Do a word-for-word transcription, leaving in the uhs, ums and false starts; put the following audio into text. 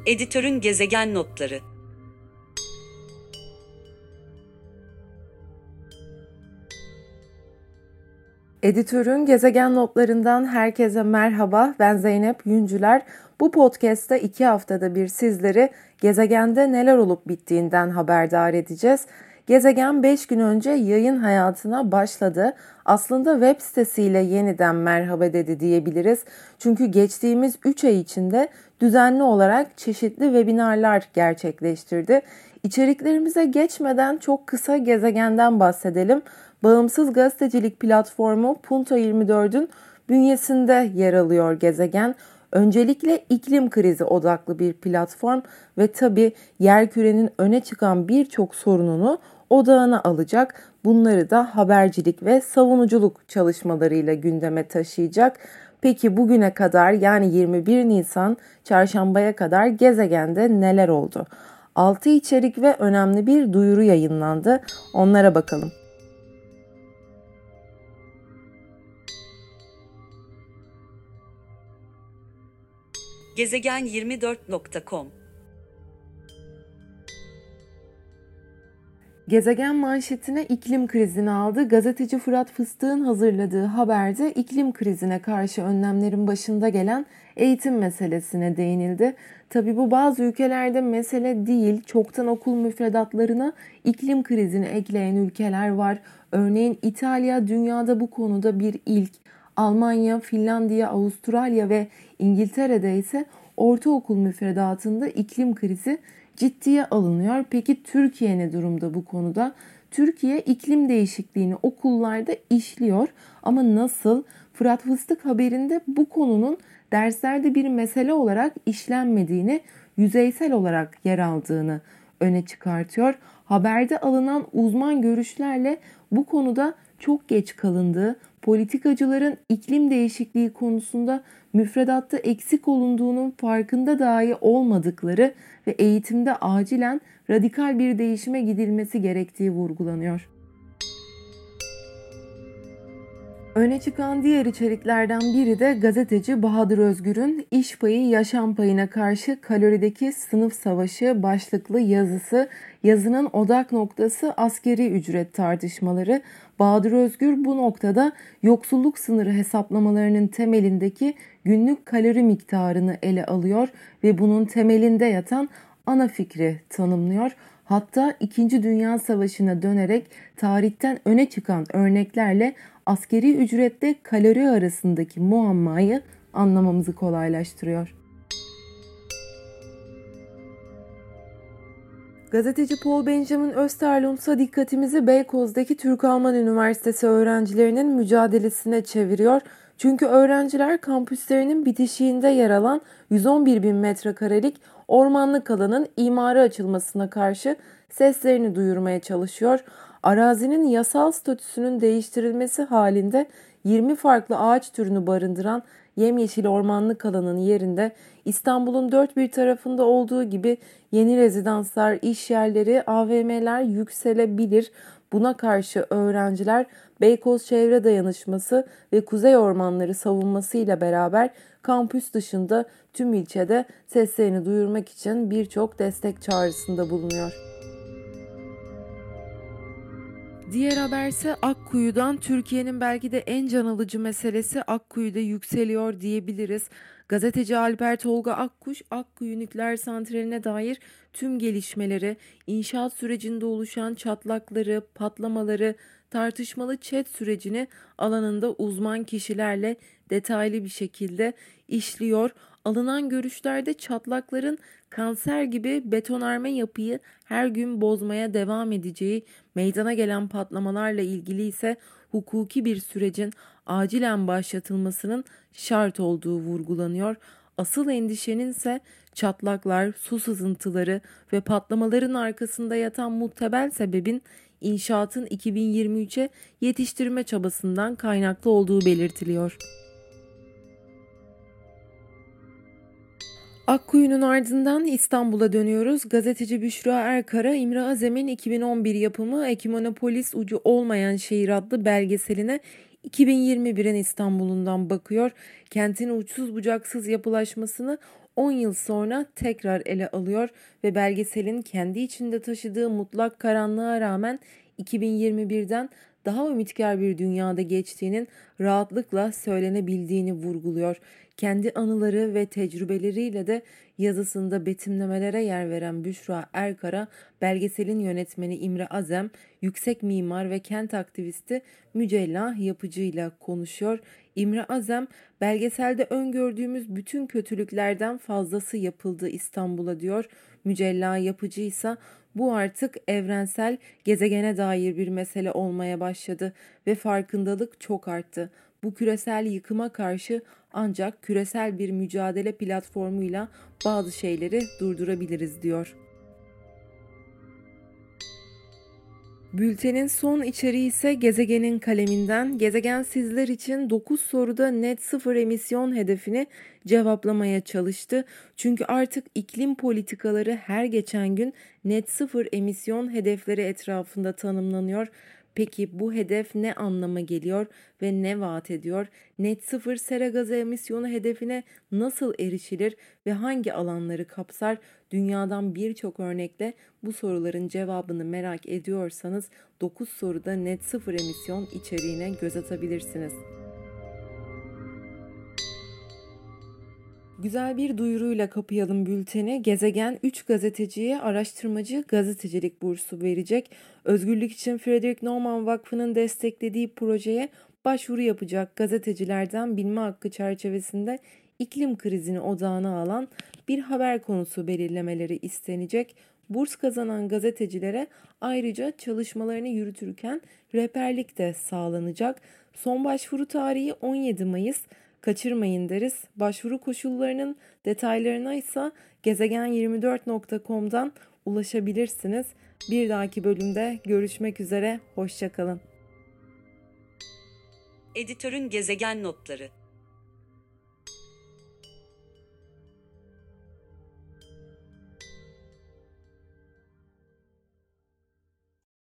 Editörün gezegen notları. Editörün gezegen notlarından herkese merhaba. Ben Zeynep Yüncüler. Bu podcast'ta iki haftada bir sizleri gezegende neler olup bittiğinden haberdar edeceğiz. Gezegen beş gün önce yayın hayatına başladı. Aslında web sitesiyle yeniden merhaba dedi diyebiliriz. Çünkü geçtiğimiz üç ay içinde düzenli olarak çeşitli webinarlar gerçekleştirdi. İçeriklerimize geçmeden çok kısa gezegenden bahsedelim. Bağımsız gazetecilik platformu Punto yirmi dördün bünyesinde yer alıyor gezegen. Öncelikle iklim krizi odaklı bir platform ve tabii yerkürenin öne çıkan birçok sorununu odağına alacak. Bunları da habercilik ve savunuculuk çalışmalarıyla gündeme taşıyacak. Peki bugüne kadar, yani yirmi bir Nisan çarşambaya kadar gezegende neler oldu? altı içerik ve önemli bir duyuru yayınlandı. Onlara bakalım. gezegen yirmi dört nokta com. Gezegen manşetine iklim krizini aldı. Gazeteci Fırat Fıstık'ın hazırladığı haberde iklim krizine karşı önlemlerin başında gelen eğitim meselesine değinildi. Tabii bu bazı ülkelerde mesele değil. Çoktan okul müfredatlarına iklim krizini ekleyen ülkeler var. Örneğin İtalya dünyada bu konuda bir ilk. Almanya, Finlandiya, Avustralya ve İngiltere'de ise ortaokul müfredatında iklim krizi ciddiye alınıyor. Peki Türkiye ne durumda bu konuda? Türkiye iklim değişikliğini okullarda işliyor ama nasıl? Fırat Fıstık haberinde bu konunun derslerde bir mesele olarak işlenmediğini, yüzeysel olarak yer aldığını öne çıkartıyor. Haberde alınan uzman görüşlerle bu konuda çok geç kalındığı, politikacıların iklim değişikliği konusunda müfredatta eksik olunduğunun farkında dahi olmadıkları ve eğitimde acilen radikal bir değişime gidilmesi gerektiği vurgulanıyor. Öne çıkan diğer içeriklerden biri de gazeteci Bahadır Özgür'ün İş Payı Yaşam Payına Karşı Kalorideki Sınıf Savaşı başlıklı yazısı. Yazının odak noktası askeri ücret tartışmaları. Bahadır Özgür bu noktada yoksulluk sınırı hesaplamalarının temelindeki günlük kalori miktarını ele alıyor ve bunun temelinde yatan ana fikri tanımlıyor. Hatta İkinci Dünya Savaşı'na dönerek tarihten öne çıkan örneklerle askeri ücretle kalori arasındaki muammayı anlamamızı kolaylaştırıyor. Gazeteci Paul Benjamin Österlundsa dikkatimizi Beykoz'daki Türk-Alman Üniversitesi öğrencilerinin mücadelesine çeviriyor. Çünkü öğrenciler kampüslerinin bitişiğinde yer alan yüz on bir bin metrekarelik ormanlık alanın imara açılmasına karşı seslerini duyurmaya çalışıyor. Arazinin yasal statüsünün değiştirilmesi halinde yirmi farklı ağaç türünü barındıran yemyeşil ormanlık alanın yerinde İstanbul'un dört bir tarafında olduğu gibi yeni rezidanslar, iş yerleri, A V M'ler yükselebilir. Buna karşı öğrenciler Beykoz Çevre Dayanışması ve Kuzey Ormanları savunmasıyla beraber kampüs dışında tüm ilçede seslerini duyurmak için birçok destek çağrısında bulunuyor. Diğer haberse Akkuyu'dan. Türkiye'nin belki de en can alıcı meselesi Akkuyu'da yükseliyor diyebiliriz. Gazeteci Alper Tolga Akkuş, Akkuyu Nükleer Santrali'ne dair tüm gelişmeleri, inşaat sürecinde oluşan çatlakları, patlamaları, tartışmalı ÇED sürecini alanında uzman kişilerle detaylı bir şekilde işliyor. Alınan görüşlerde çatlakların kanser gibi betonarme yapıyı her gün bozmaya devam edeceği, meydana gelen patlamalarla ilgili ise hukuki bir sürecin acilen başlatılmasının şart olduğu vurgulanıyor. Asıl endişenin ise çatlaklar, su sızıntıları ve patlamaların arkasında yatan muhtemel sebebin inşaatın iki bin yirmi üçe yetiştirme çabasından kaynaklı olduğu belirtiliyor. Akkuyu'nun ardından İstanbul'a dönüyoruz. Gazeteci Büşra Erkara, İmre Azem'in iki bin on bir yapımı Ekimonopolis Ucu Olmayan Şehir adlı belgeseline iki bin yirmi birin İstanbul'undan bakıyor. Kentin uçsuz bucaksız yapılaşmasını on yıl sonra tekrar ele alıyor ve belgeselin kendi içinde taşıdığı mutlak karanlığa rağmen iki bin yirmi birden daha ümitkar bir dünyada geçtiğinin rahatlıkla söylenebildiğini vurguluyor. Kendi anıları ve tecrübeleriyle de yazısında betimlemelere yer veren Büşra Erkara, belgeselin yönetmeni İmre Azem, yüksek mimar ve kent aktivisti Mücella Yapıcı ile konuşuyor. İmre Azem, belgeselde öngördüğümüz bütün kötülüklerden fazlası yapıldı İstanbul'a diyor. Mücella Yapıcı ise bu artık evrensel, gezegene dair bir mesele olmaya başladı ve farkındalık çok arttı. Bu küresel yıkıma karşı ancak küresel bir mücadele platformuyla bazı şeyleri durdurabiliriz diyor. Bültenin son içeriği ise Gezegen'in kaleminden. Gezegen sizler için dokuz soruda net sıfır emisyon hedefini cevaplamaya çalıştı. Çünkü artık iklim politikaları her geçen gün net sıfır emisyon hedefleri etrafında tanımlanıyor. Peki bu hedef ne anlama geliyor ve ne vaat ediyor? Net sıfır sera gazı emisyonu hedefine nasıl erişilir ve hangi alanları kapsar? Dünyadan birçok örnekle bu soruların cevabını merak ediyorsanız dokuz soruda net sıfır emisyon içeriğine göz atabilirsiniz. Güzel bir duyuruyla kapayalım bülteni. Gezegen üç gazeteciye araştırmacı gazetecilik bursu verecek. Özgürlük için Frederick Naumann Vakfı'nın desteklediği projeye başvuru yapacak gazetecilerden bilme hakkı çerçevesinde iklim krizini odağına alan bir haber konusu belirlemeleri istenecek. Burs kazanan gazetecilere ayrıca çalışmalarını yürütürken rehberlik de sağlanacak. Son başvuru tarihi on yedi Mayıs. Kaçırmayın deriz. Başvuru koşullarının detaylarına ise gezegen yirmi dört nokta com'dan ulaşabilirsiniz. Bir dahaki bölümde görüşmek üzere. Hoşça kalın. Editörün gezegen notları.